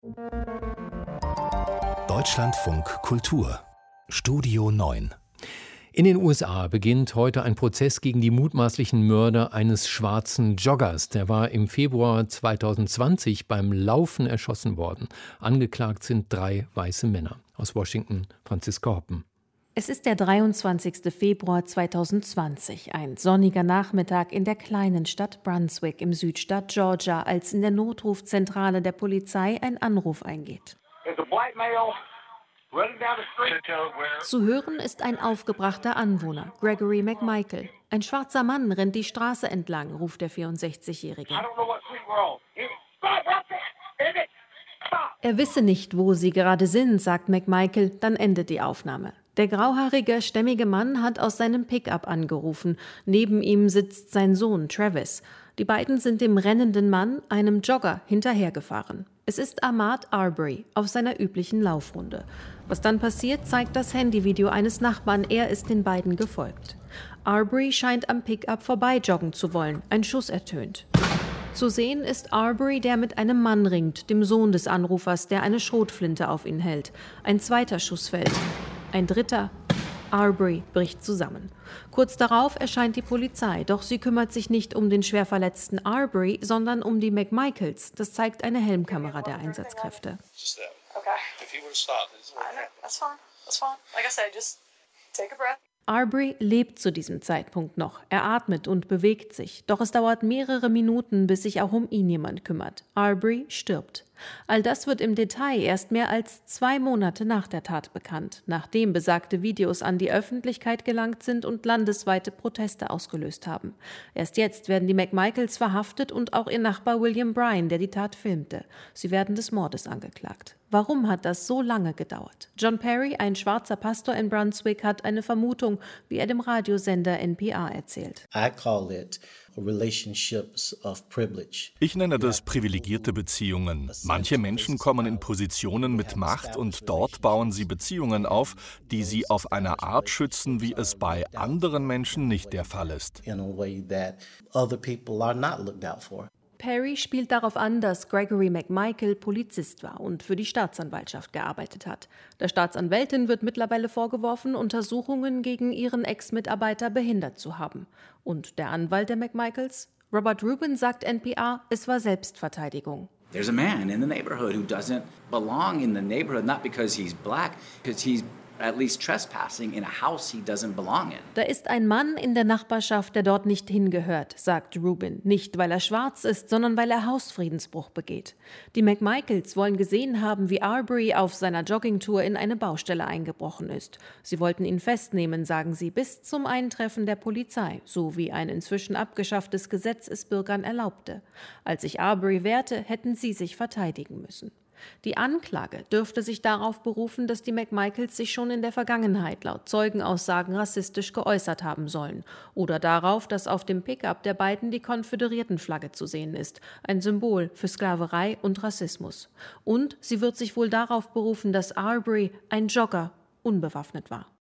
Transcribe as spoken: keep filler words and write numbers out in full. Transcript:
Deutschlandfunk Kultur Studio neun. In den U S A beginnt heute ein Prozess gegen die mutmaßlichen Mörder eines schwarzen Joggers. Der war im Februar zweitausendzwanzig beim Laufen erschossen worden. Angeklagt sind drei weiße Männer. Aus Washington, Franziska Hoppen. Es ist der dreiundzwanzigste Februar zweitausendzwanzig, ein sonniger Nachmittag in der kleinen Stadt Brunswick im Südstaat Georgia, als in der Notrufzentrale der Polizei ein Anruf eingeht. Zu hören ist ein aufgebrachter Anwohner, Gregory McMichael. Ein schwarzer Mann rennt die Straße entlang, ruft der vierundsechzigjährige. Er wisse nicht, wo sie gerade sind, sagt McMichael, dann endet die Aufnahme. Der grauhaarige, stämmige Mann hat aus seinem Pickup angerufen. Neben ihm sitzt sein Sohn Travis. Die beiden sind dem rennenden Mann, einem Jogger, hinterhergefahren. Es ist Ahmaud Arbery auf seiner üblichen Laufrunde. Was dann passiert, zeigt das Handyvideo eines Nachbarn. Er ist den beiden gefolgt. Arbery scheint am Pickup vorbei joggen zu wollen. Ein Schuss ertönt. Zu sehen ist Arbery, der mit einem Mann ringt, dem Sohn des Anrufers, der eine Schrotflinte auf ihn hält. Ein zweiter Schuss fällt. Ein dritter. Arbery bricht zusammen. Kurz darauf erscheint die Polizei, doch sie kümmert sich nicht um den schwer verletzten Arbery, sondern um die McMichaels. Das zeigt eine Helmkamera der Einsatzkräfte. Arbery lebt zu diesem Zeitpunkt noch. Er atmet und bewegt sich. Doch es dauert mehrere Minuten, bis sich auch um ihn jemand kümmert. Arbery stirbt. All das wird im Detail erst mehr als zwei Monate nach der Tat bekannt, nachdem besagte Videos an die Öffentlichkeit gelangt sind und landesweite Proteste ausgelöst haben. Erst jetzt werden die McMichaels verhaftet und auch ihr Nachbar William Bryan, der die Tat filmte. Sie werden des Mordes angeklagt. Warum hat das so lange gedauert? John Perry, ein schwarzer Pastor in Brunswick, hat eine Vermutung, wie er dem Radiosender N P R erzählt. I call it relationships of privilege. Ich nenne das privilegierte Beziehungen. Manche Menschen kommen in Positionen mit Macht und dort bauen sie Beziehungen auf, die sie auf eine Art schützen, wie es bei anderen Menschen nicht der Fall ist. In a way that other people are not looked out for. Perry spielt darauf an, dass Gregory McMichael Polizist war und für die Staatsanwaltschaft gearbeitet hat. Der Staatsanwältin wird mittlerweile vorgeworfen, Untersuchungen gegen ihren Ex-Mitarbeiter behindert zu haben. Und der Anwalt der McMichaels, Robert Rubin, sagt N P R, es war Selbstverteidigung. There's a man in the neighborhood who doesn't belong in the neighborhood, not because he's black, because he's at least trespassing in a house he doesn't belong in. Da ist ein Mann in der Nachbarschaft, der dort nicht hingehört, sagt Rubin. Nicht, weil er schwarz ist, sondern weil er Hausfriedensbruch begeht. Die McMichaels wollen gesehen haben, wie Arbery auf seiner Joggingtour in eine Baustelle eingebrochen ist. Sie wollten ihn festnehmen, sagen sie, bis zum Eintreffen der Polizei, so wie ein inzwischen abgeschafftes Gesetz es Bürgern erlaubte. Als sich Arbery wehrte, hätten sie sich verteidigen müssen. Die Anklage dürfte sich darauf berufen, dass die McMichaels sich schon in der Vergangenheit laut Zeugenaussagen rassistisch geäußert haben sollen. Oder darauf, dass auf dem Pickup der beiden die Konföderiertenflagge zu sehen ist, ein Symbol für Sklaverei und Rassismus. Und sie wird sich wohl darauf berufen, dass Arbery, ein Jogger, unbewaffnet war.